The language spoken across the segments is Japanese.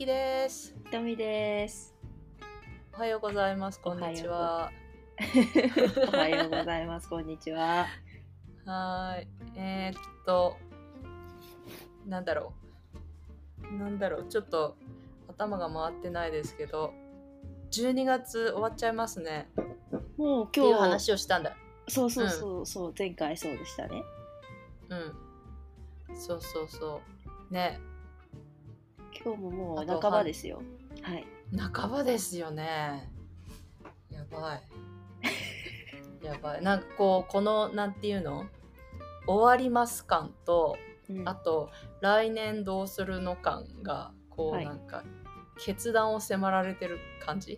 きです。 ひとみです。 おはようございます。こんにちは。 おはようございます。こんにちは。 はーい。なんだろう。ちょっと頭が回ってないですけど、12月終わっちゃいますね。 もうっていう今日、 話をしたんだ。 そう、前回そうでしたね。 そう。ね。 今日ももうあと半ばですよ。はい。 半ばですよね。やばい。なんかこの、なんていうの？終わります感と、あと来年どうするの感がはいなんか決断を迫られてる感じ。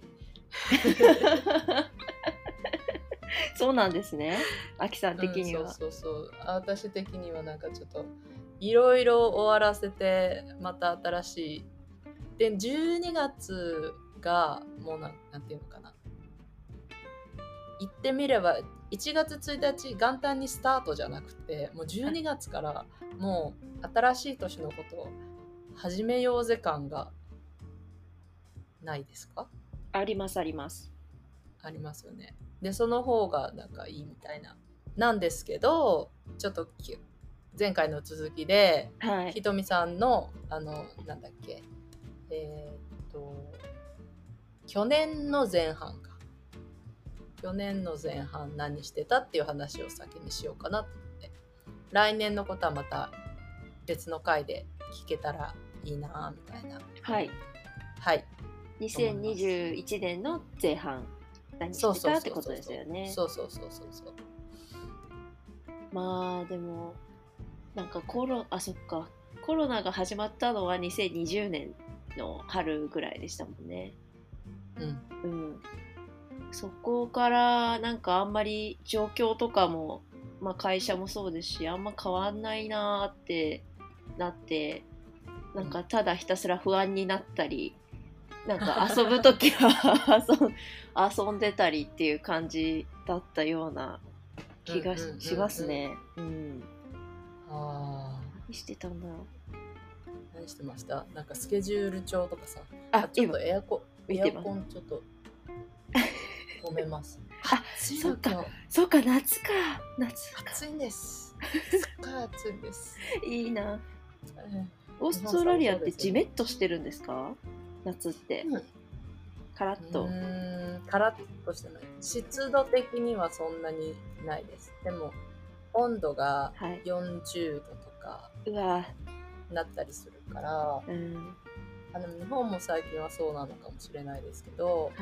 そうなんですね。あきさん的には。 そう。私的にはなんかちょっといろいろ終わらせて、また新しい。で、12月がもうなんていうのかな。言ってみれば1月1日元旦にスタートじゃなくて、もう12月からもう新しい年のことを始めようぜ感がないですか？ あります。 ありますよね。で、その方がなんかいいみたいなんですけど、ちょっと前回の続きで、 はい。 ひとみさんのなんだっけ、去年の前半何してたっていう話を先にしようかなと思って、来年のことはまた別の回で聞けたらいいなみたいな。 はい2021年の前半何してたってことですよね。 そう。 まあでもなんかコロナが始まったのは2020年の春ぐらいでしたもんね。そこからなんかあんまり状況とかも、まあ、会社もそうですしあんま変わんないなってなって、なんかただひたすら不安になったり、なんか遊ぶ時は遊んでたりっていう感じだったような気がしますね。何してたんだろう。 何してました？なんかスケジュール帳とかさ。ちょっとエアコンちょっと止めます。 そうか夏か。 暑いんです。すっごい暑いんです。 いいな。オーストラリアってジメッとしてるんですか？夏って、カラッとしてない。湿度的にはそんなにないです。でも温度が40度とかなったりするから、日本も最近はそうなのかもしれないですけど、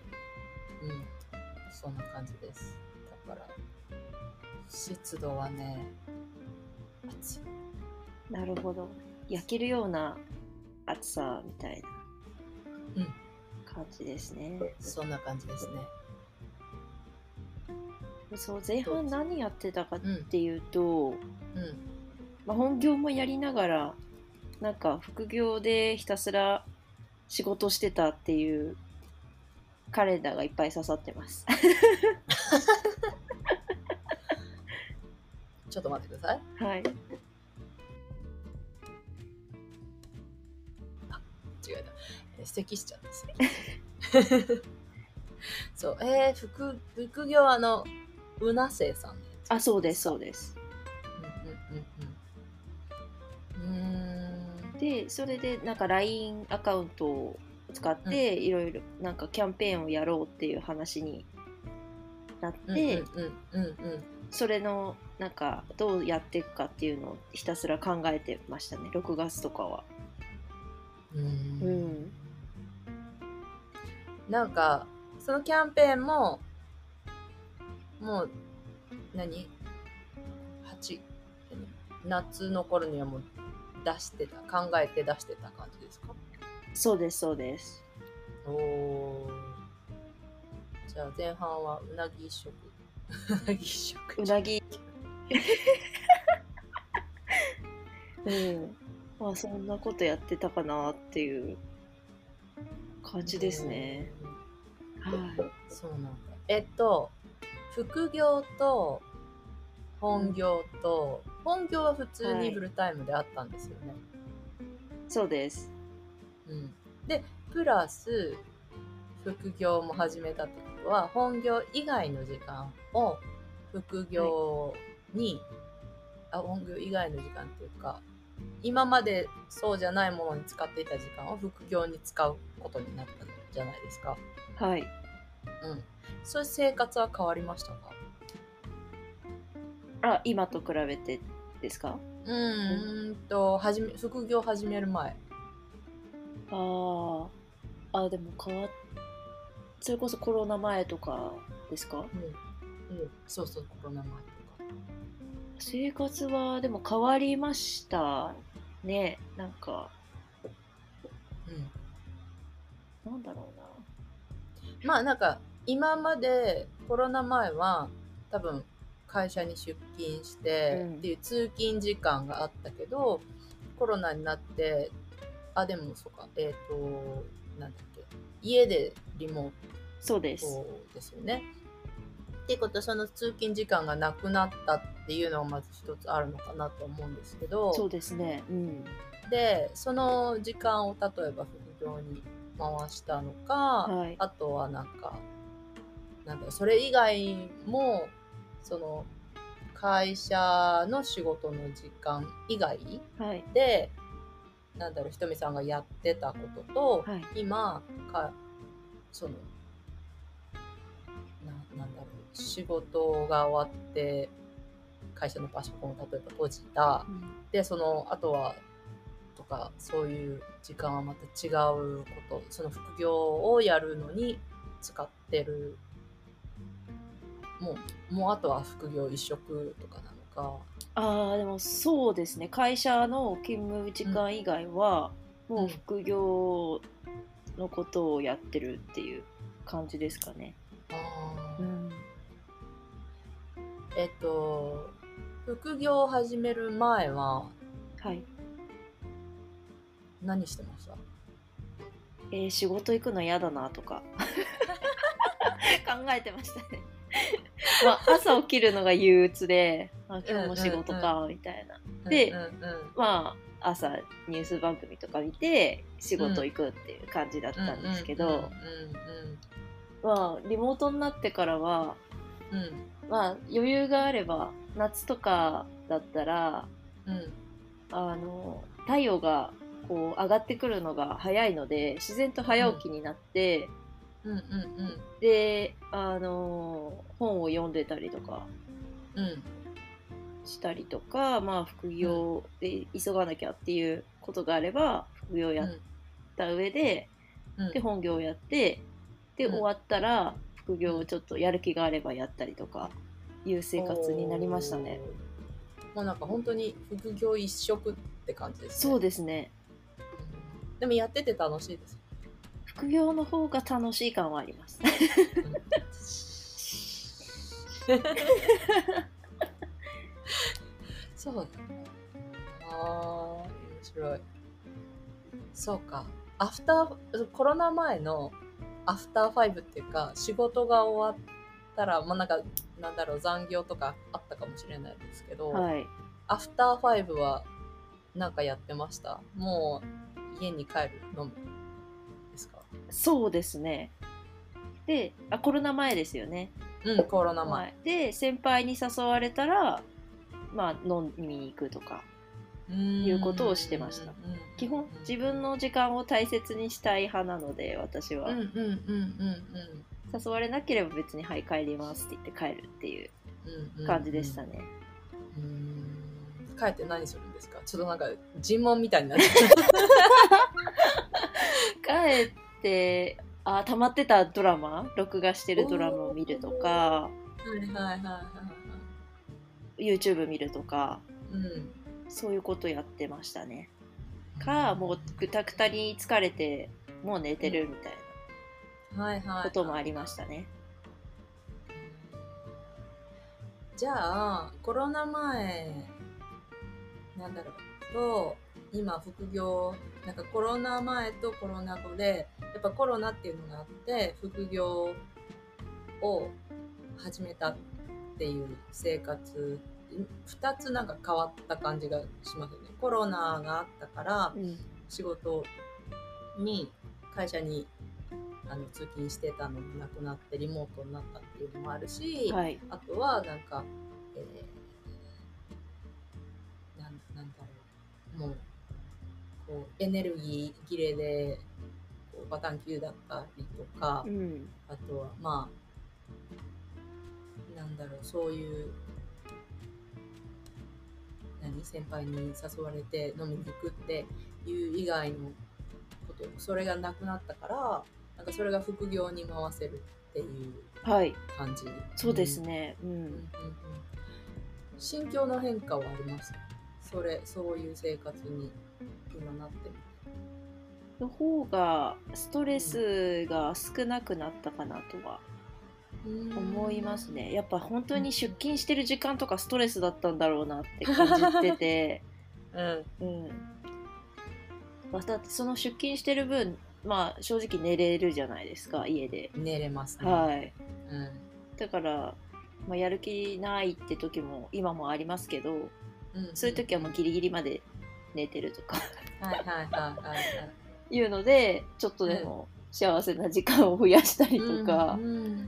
そんな感じです。だから湿度はね、暑い。 なるほど。焼けるような暑さみたいな感じですね。 そんな感じですね。 そう、前半何やってたかっていうと、本業もやりながらなんか副業でひたすら仕事してたっていうカレンダーがいっぱい刺さってます。 ちょっと待ってください。 はい。 違えた。咳しちゃったそう、副業うなせいさんのやつ。 そうです。で、それでなんか LINE アカウントを使っていろいろなんかキャンペーンをやろうっていう話になって、それのなんかどうやっていくかっていうのをひたすら考えてましたね、6月とかは。 なんかそのキャンペーンももう夏の頃にはもう考えて出してた感じですか？ そうです。 じゃあ前半はうなぎ一食まあそんなことやってたかなっていう感じですね。 そうなんだ。副業と本業と、本業は普通にフルタイムであったんですよね。 そうです。 でプラス副業も始めたってことは本業以外の時間を副業に、本業以外の時間っていうか今までそうじゃないものに使っていた時間を副業に使うことになったんじゃないですか。 はい。 そういう生活は変わりましたか？ 今と比べてですか？ 副業始める前。 でもそれこそコロナ前とかですか？ そうそう、コロナ前とか。 生活はでも変わりましたね。なんか、なんだろうな。 まあなんか今までコロナ前は多分会社に出勤してっていう通勤時間があったけど、コロナになってでもそうかなんだっけ、家でリモーそうですトですよね。っていうことはその通勤時間がなくなったっていうのがまず一つあるのかなと思うんですけど、 そうですね。 でその時間を例えば副業に回したのか、 はい、 あとはなんだろう、それ以外もその会社の仕事の時間以外で、なんだろう、ひとみさんがやってたことと、今そのなんだろう、仕事が終わって会社のパソコンを例えば閉じた、でそのあとはとかそういう時間はまた違うこと、その副業をやるのに使ってる、もうあとは副業一色とかなのか。 でもそうですね。会社の勤務時間以外は、もう副業のことをやってるっていう感じですかね。 副業を始める前は何してました？ 仕事行くの嫌だなとか考えてましたね。朝起きるのが憂鬱で、今日も仕事かみたいな。で、朝ニュース番組とか見て仕事行くっていう感じだったんですけど、リモートになってからは、余裕があれば夏とかだったら、太陽がこう上がってくるのが早いので自然と早起きになって、で本を読んでたりとかしたりとか、副業で急がなきゃっていうことがあれば副業やった上で、で本業やってで終わったら副業をちょっとやる気があればやったりとかいう生活になりましたね。 もうなんか本当に副業一色って感じですね。 そうですね。 でもやってて楽しいです。 副業の方が楽しい感はあります。 そうだね。面白い。そうか。コロナ前のアフターファイブっていうか、仕事が終わったら、なんだろう、残業とかあったかもしれないですけど、アフターファイブはなんかやってました？もう家に帰るのみですか？ そうですね。で、コロナ前ですよね。 コロナ前。 で、先輩に誘われたら、飲みに行くとか、いうことをしてました。基本、自分の時間を大切にしたい派なので、私は。誘われなければ別に、はい、帰りますって言って帰るっていう感じでしたね。 帰って何するんですか？ちょっとなんか尋問みたいになって帰って溜まってたドラマ、録画してるドラマを見るとか、YouTube 見るとか、そういうことやってましたね。もうぐたぐたに疲れてもう寝てるみたいなこともありましたね。 じゃあコロナ前なんだろうと今副業、なんかコロナ前とコロナ後でやっぱコロナっていうのがあって副業を始めたっていう生活2つなんか変わった感じがしますよね。コロナがあったから仕事に会社に通勤してたのもなくなってリモートになったっていうのもあるし、 はい、 あとはなんか、なんだろう、もうこうエネルギー切れでこうバタンキューだったりとか、 うん、 あとはまあなんだろう、そういう先輩に誘われて飲みに行くっていう以外のこと、それがなくなったから、なんかそれが副業に回せるっていうはい、 感じ。 そうですね。うん。 うんうんうん、心境の変化はありますか？そういう生活に今なってみて。 の方がストレスが少なくなったかなとは思いますね。やっぱ本当に出勤してる時間とかストレスだったんだろうなって感じてて、うん。だってその出勤してる分、まあ正直寝れるじゃないですか、家で。 寝れますね。 はい。 うん、 だから、まあ、やる気ないって時も今もありますけど、 うん、 そういう時はもうギリギリまで寝てるとかはいはいはいはいはい。 いうので、ちょっとでも幸せな時間を増やしたりとか、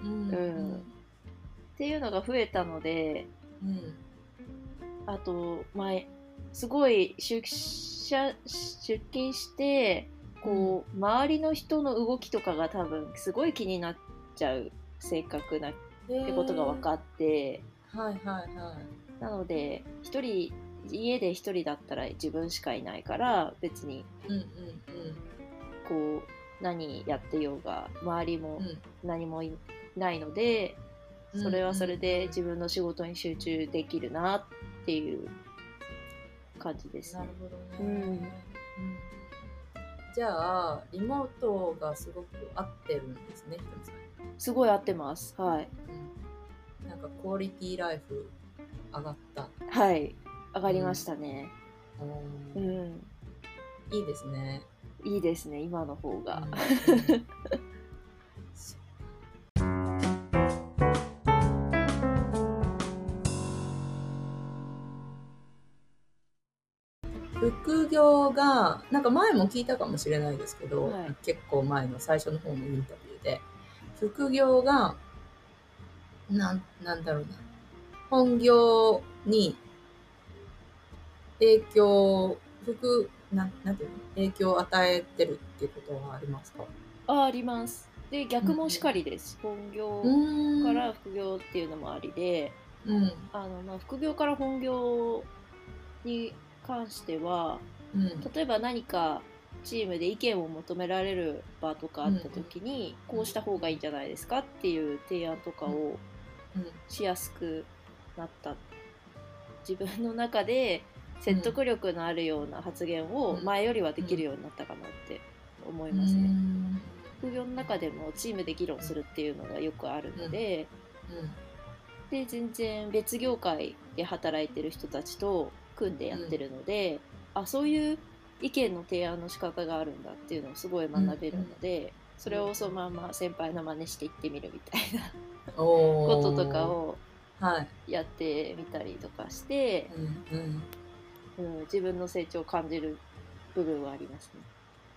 っていうのが増えたので、あと、前、すごい出勤して、こう、周りの人の動きとかが多分すごい気になっちゃう性格なってことが分かって、 はいはいはい。 なので家で一人だったら自分しかいないから別にこう何やってようが周りも何もいないので、それはそれで自分の仕事に集中できるなっていう感じですね。 なるほどね。じゃあリモートがすごく合ってるんですね、ひとみさん。 すごい合ってます。はい。 なんかクオリティライフ上がった。 はい、上がりましたね。うん、 いいですね。 いいですね、今の方が。 副業がなんか前も聞いたかもしれないですけど、 はい、 結構前の最初の方のインタビューで副業がなんだろうな、本業に影響なんていうの、影響を与えてるっていうことはありますか？ あります。で逆もしかりです。本業から副業っていうのもありで、まあ、副業から本業に関しては、例えば何かチームで意見を求められる場とかあった時に、こうした方がいいんじゃないですかっていう提案とかをしやすくなった。自分の中で説得力のあるような発言を前よりはできるようになったかなって思いますね。副業の中でもチームで議論するっていうのがよくあるので、で全然別業界で働いてる人たちと組んでやってるので、そういう意見の提案の仕方があるんだっていうのをすごい学べるので、それをそのまま先輩の真似していってみるみたいなこととかをやってみたりとかして、自分の成長を感じる部分はありますね。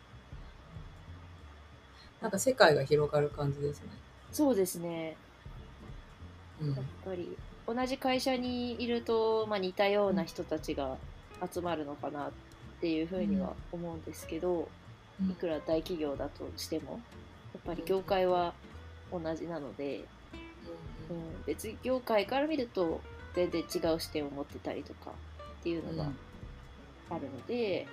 なんか世界が広がる感じですね。 そうですね。やっぱり同じ会社にいると、まあ、似たような人たちが集まるのかなっていうふうには思うんですけど、いくら大企業だとしてもやっぱり業界は同じなので、別業界から見ると全然違う視点を持ってたりとかっていうのがあるので、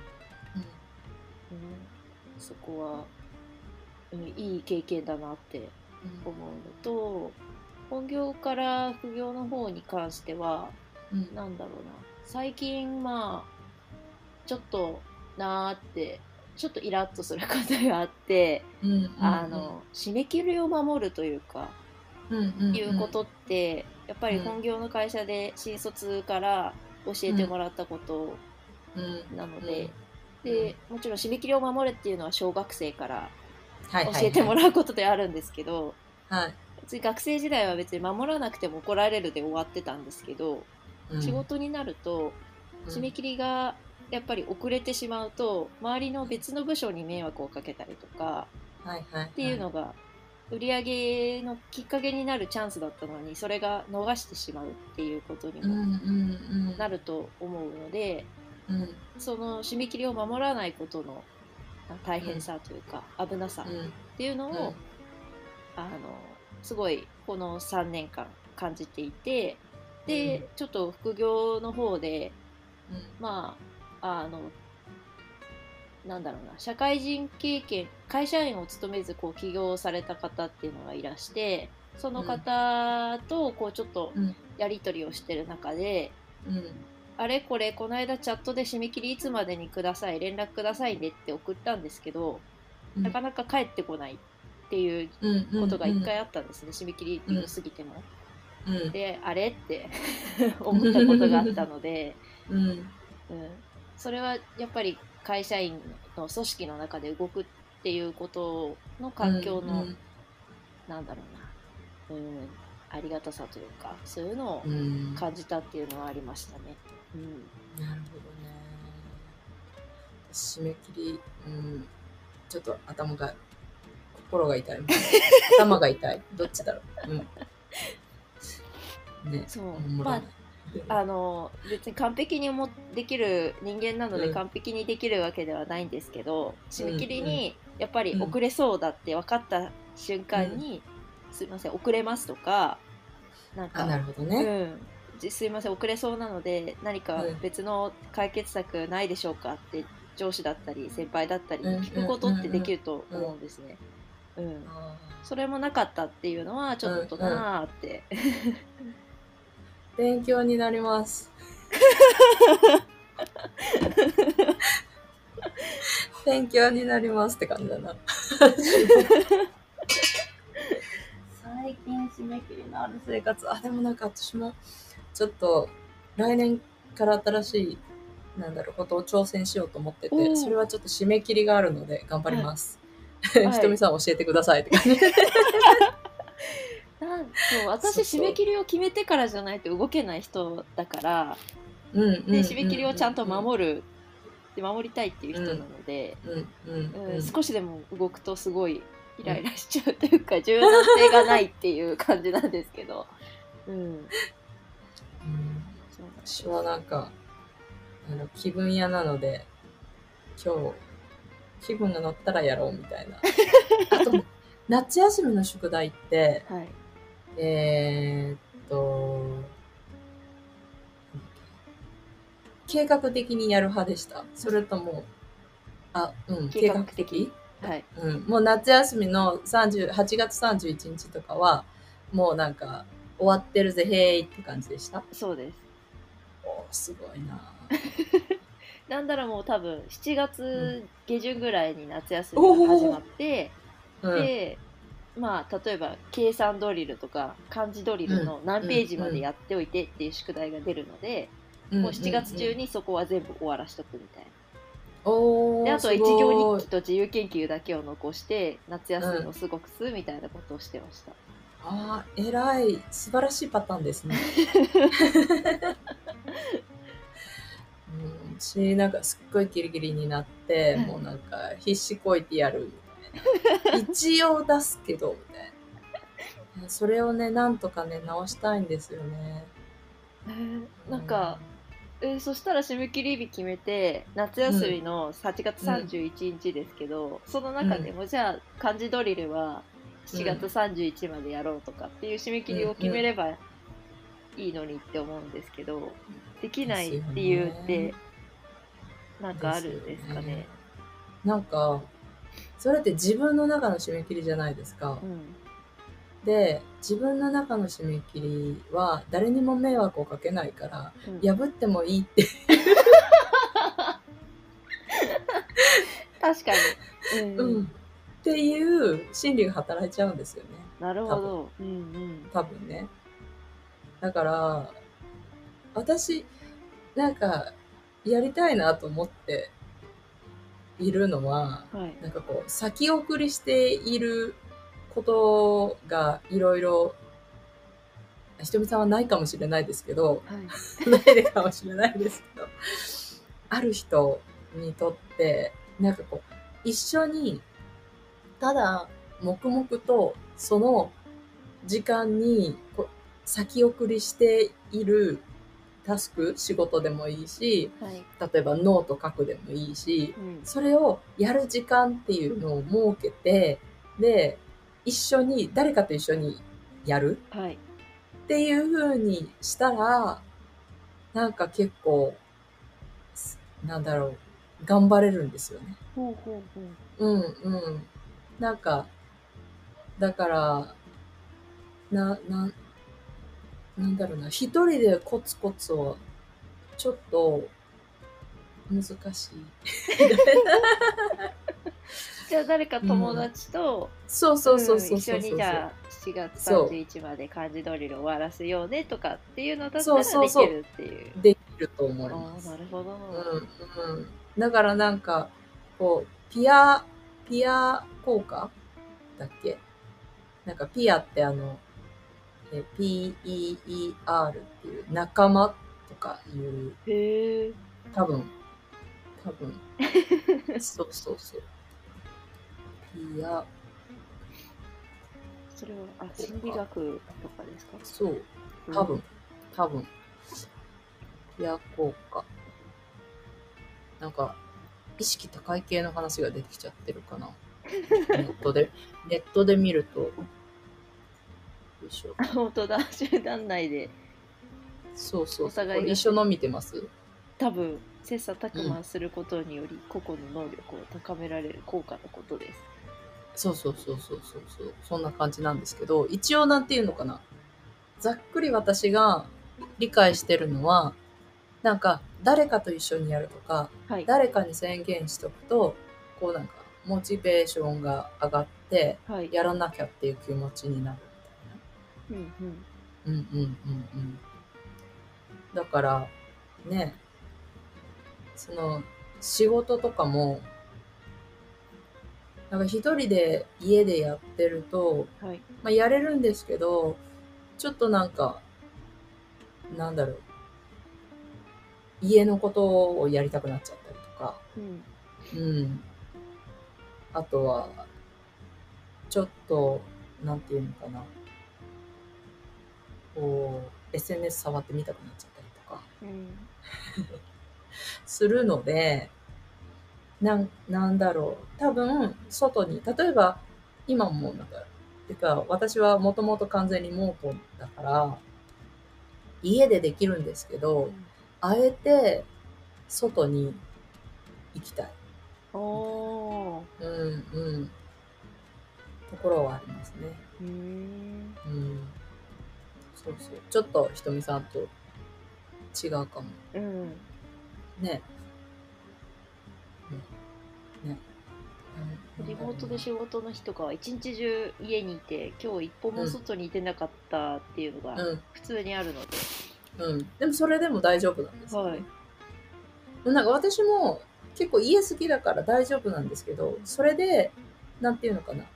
そこは、いい経験だなって思うのと、本業から副業の方に関しては、なんだろうな、最近まあちょっとなーってちょっとイラッとすることがあって、締め切りを守るというか、いうことってやっぱり本業の会社で新卒から教えてもらったことなので、でもちろん締め切りを守れっていうのは小学生から教えてもらうことであるんですけど、別に学生時代は別に守らなくても怒られるで終わってたんですけど、仕事になると締め切りがやっぱり遅れてしまうと周りの別の部署に迷惑をかけたりとか、 はいはい。 っていうのが売り上げのきっかけになるチャンスだったのに、それが逃してしまうっていうことにうんうもんなると思うので、 うんその締め切りを守らないことの大変さというか危なさうんっていうのを、すごいこの3年間感じていて、でちょっと副業の方でまあなんだろうな、社会人経験、会社員を務めずこう起業された方っていうのがいらして、その方とこうちょっとうんやり取りをしてる中で、 うんあれこれこの間チャットで締め切りいつまでにください、連絡くださいねって送ったんですけど、 うんなかなか返ってこないっていうことが一回あったんですね、締め切り日を過ぎても。で、あれって思ったことがあったので、それはやっぱり会社員の組織の中で動くっていうことの環境の、なんだろうな、ありがたさというか、そういうのを感じたっていうのはありましたね。 なるほどね。締め切り、ちょっと心が痛い。頭が痛い。どっちだろう。ね。 そう。まあ、別に完璧にできる人間なので完璧にできるわけではないんですけど、締め切りにやっぱり遅れそうだって分かった瞬間に、すいません遅れますとか、なんか、 なるほどね。 すいません遅れそうなので何か別の解決策ないでしょうかって上司だったり先輩だったり聞くことってできると思うんですね。それもなかったっていうのはちょっとなーって、 勉強になります。勉強になりますって感じだな。最近締め切りのある生活、でもなんか私もちょっと来年から新しいことを挑戦しようと思ってて、それはちょっと締め切りがあるので頑張ります。ひとみさん教えてくださいって感じ。 そう私締め切りを決めてからじゃないと動けない人だから、で締め切りをちゃんと守りたいっていう人なので、少しでも動くとすごいイライラしちゃうというか、柔軟性がないっていう感じなんですけど、 私はなんか気分屋なので、今日気分が乗ったらやろうみたいな。あと夏休みの宿題って、計画的にやる派でした。それとも計画的、もう夏休みの8月31日とかはもうなんか終わってるぜへーいって感じでした。 そうです。 すごいな。 なんだらもう多分7月下旬ぐらいに夏休みが始まって、でまあ例えば計算ドリルとか漢字ドリルの何ページまでやっておいてっていう宿題が出るので、もう7月中にそこは全部終わらしとくみたいな。であとは一行日記と自由研究だけを残して夏休みを過ごすみたいなことをしてました。 偉い、素晴らしいパターンですね。なんかすっごいギリギリになって、もうなんか必死こいてやるみたいな。一応出すけどみたいな。それをねなんとかね直したいんですよね。 なんかそしたら締め切り日決めて夏休みの8月31日ですけど、その中でもじゃあ漢字ドリルは7月31日までやろうとかっていう締め切りを決めればいいのにって思うんですけど、できない理由ってなんかあるんですかね。 なんかそれって自分の中の締め切りじゃないですか。で自分の中の締め切りは誰にも迷惑をかけないから、破ってもいいって確かに、っていう心理が働いちゃうんですよね。 なるほど。 多分ね。だから私なんかやりたいなと思っているのは、なんかこう先送りしていることがいろいろ、ひとみさんはないかもしれないですけど、ないかもしれないですけど、ある人にとってなんかこう一緒にただ黙々とその時間に先送りしているタスク、仕事でもいいし、 はい。 例えばノート書くでもいいし、 うん。 それをやる時間っていうのを設けて、で、誰かと一緒にやるはい。 っていう風にしたら、なんか結構、なんだろう、頑張れるんですよね。 ほうほうほう。 うんうん。なんか、だから、なんだろうな、一人でコツコツは、ちょっと、難しい。 じゃあ誰か友うん。 達と、 そうそうそうそう一緒そうそうそう。 にじゃあ7月そう。 31日まで漢字ドリル終わらせようねとかっていうのだっそうたらそうそできるっていう。 う。できると思いああ、 ます。 なるほど。 うんうん。だからなんか、こう、ピア効果だっけ？なんかピアってPEER っていう仲間とかいうへえ。 多分、そうそうそう。ピアそれは、心理効果。 学とかですか？ そう。 うん多分。ピア効果。なんか、意識高い系の話が出てきちゃってるかな。ネットで見ると、よいしょ。 本当だ、集団内でそうそうそう。こお互いがれ一緒の見てます？ 多分切磋琢磨することにより個々の能力を高められる効果のことです。 そう。そんな感じなんですけど、一応なんていうのかな。ざっくり私が理解してるのは、なんか誰かと一緒にやるとか、 はい。 誰かに宣言しとくと、こうなんかモチベーションが上がって、 はい。 やらなきゃっていう気持ちになるみうんうん。 たいな。うん。だからね、その仕事とかも、なんか一人で家でやってると、 はい。 まあ、やれるんですけど、ちょっとなんか、なんだろう、家のことをやりたくなっちゃったりとか、 うん。 うん。あとは、ちょっと、なんていうのかな、こう、SNS 触ってみたくなっちゃったりとか、 うん。 するので、なんだろう、多分、外に、例えば、今もなんか、てか、私はもともと完全リモートだから、家でできるんですけど、あえて、外に行きたい。 おー。 ところはありますね。 うーん。 そう。ちょっとひとみさんと違うかも。 うん。 ね。ね。 リモートで仕事の日とかは一日中家にいて今日一歩も外に出なかったっていうのが普通にあるので、 でもそれでも大丈夫なんですよね。 はい。 なんか私も結構家好きだから大丈夫なんですけど、それで、なんていうのかな。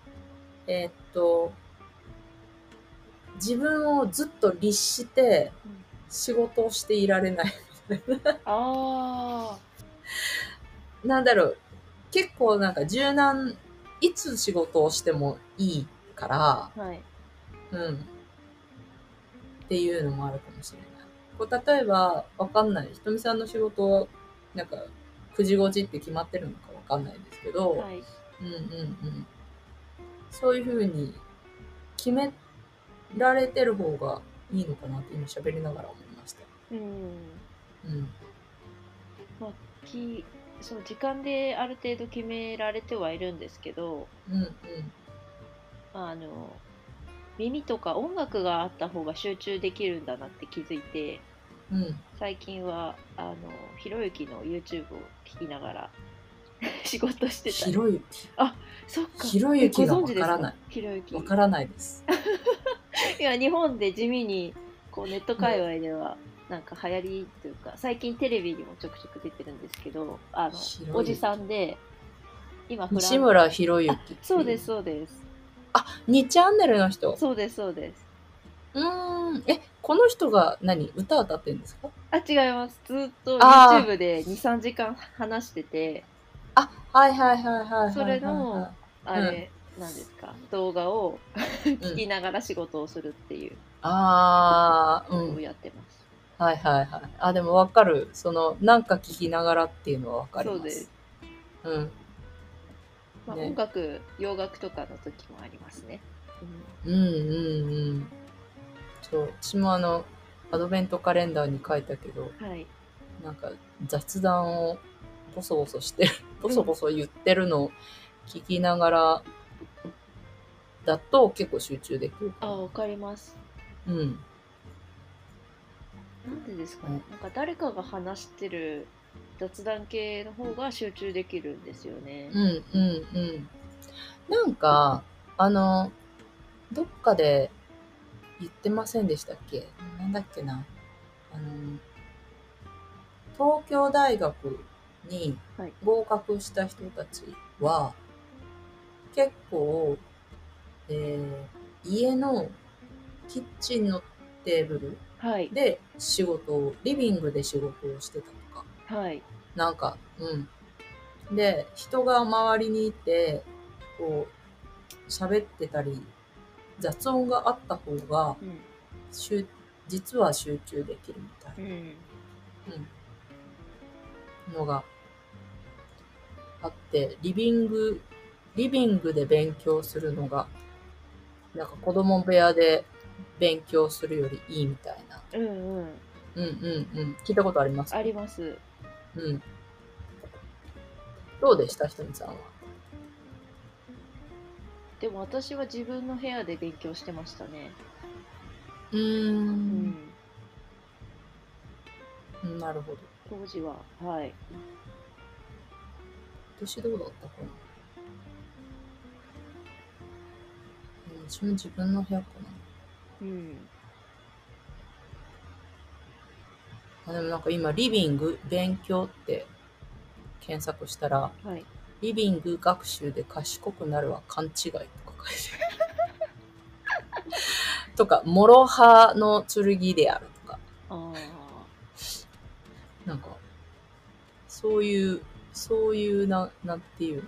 自分をずっと律して仕事をしていられないみたいな。 あなんだろう。結構なんか柔軟、いつ仕事をしてもいいから、 あ、はい。 っていうのもあるかもしれない。こう例えば、わかんない。ひとみさんの仕事は、なんか、9時5時って決まってるのかわかんないですけど、 はい。 そういうふうに決められてる方がいいのかなって今喋りながら思いました。 まあ、そう時間である程度決められてはいるんですけど、あの耳とか音楽があった方が集中できるんだなって気づいて、最近はひろゆきの YouTube を聞きながら仕事してたり。 ひろゆき。 あ、そっか。 ひろゆきがわご存知ですからない。 ひろゆき。 わからないです。 いや、日本で地味にこうネット界隈ではなんか流行りというか、最近テレビにもちょくちょく出てるんですけど、おじさんで今西村ひろゆき。 そうですそうです。 あ、2チャンネルの人。 そうですそうです。 この人が歌歌ってるんですか？ 違います。ずっと YouTube で2、3時間話してて、 はい。 それのあれ、 なんですか、動画を聞きながら仕事をするっていうああ、 のをやってます。 はいはいはい。あ、でもわかる。なんか聞きながらっていうのはわかります。 そうです。 うん。 まあ、 ね。 音楽、洋楽とかの時もありますね。 うんうんうん。そう。私もアドベントカレンダーに書いたけど、 はい。 なんか雑談をボソボソしてる、ボソボソ言ってるのを聞きながらだと結構集中できるかな。 わかります。 うん。 なんでですかね。なんか誰かが話してる雑談系の方が集中できるんですよね。 うんうんうん。なんか、どっかで言ってませんでしたっけ？なんだっけな。東京大学に合格した人たちは、結構、家のキッチンのテーブルはい。 でリビングで仕事をしてたとか、 はい。 なんか、で、人が周りにいて、こう、喋ってたり、雑音があった方が、実は集中できるみたいな、のがあって、リビングで勉強するのが、なんか子供部屋で勉強するよりいいみたいな。聞いたことあります？ あります。 どうでした、ひとみさんは？ でも私は自分の部屋で勉強してましたね。 なるほど。 当時は。はい。 私どうだったかな。私も自分の部屋かな。でもなんか今、リビング勉強って検索したら、 はい。 リビング学習で賢くなるは勘違いとか書いてある。とか、諸刃の剣であるとか。なんか、そういう、なんていうの？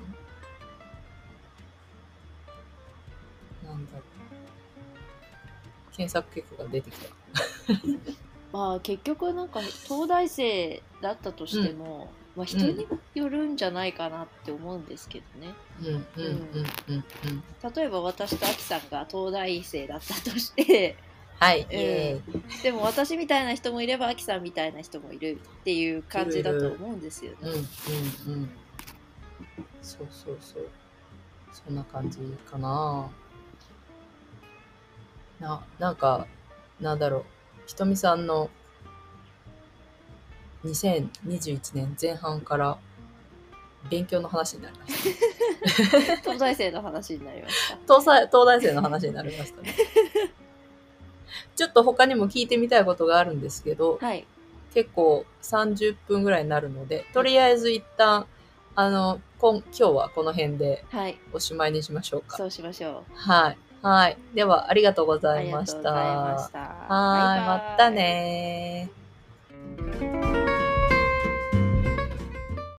なんだろう。検索結果が出てきた。 まあ結局なんか東大生だったとしても、まあ人によるんじゃないかなって思うんですけどね。例えば私とアキさんが東大生だったとして、 はい、イエーイ。 でも私みたいな人もいればアキさんみたいな人もいるっていう感じだと思うんですよね。 そうそうそう。そんな感じかな。なんか、なんだろう。ひとみさんの2021年前半から勉強の話になりましたね。 東大生の話になりました。 東大生の話になりましたね。ちょっと他にも聞いてみたいことがあるんですけど、 はい。 結構30分ぐらいになるので、とりあえず一旦、今日はこの辺でおしまいにしましょうか。 そうしましょう。 はい。はい。では、ありがとうございました。 ありがとうございました。 はい。またねー。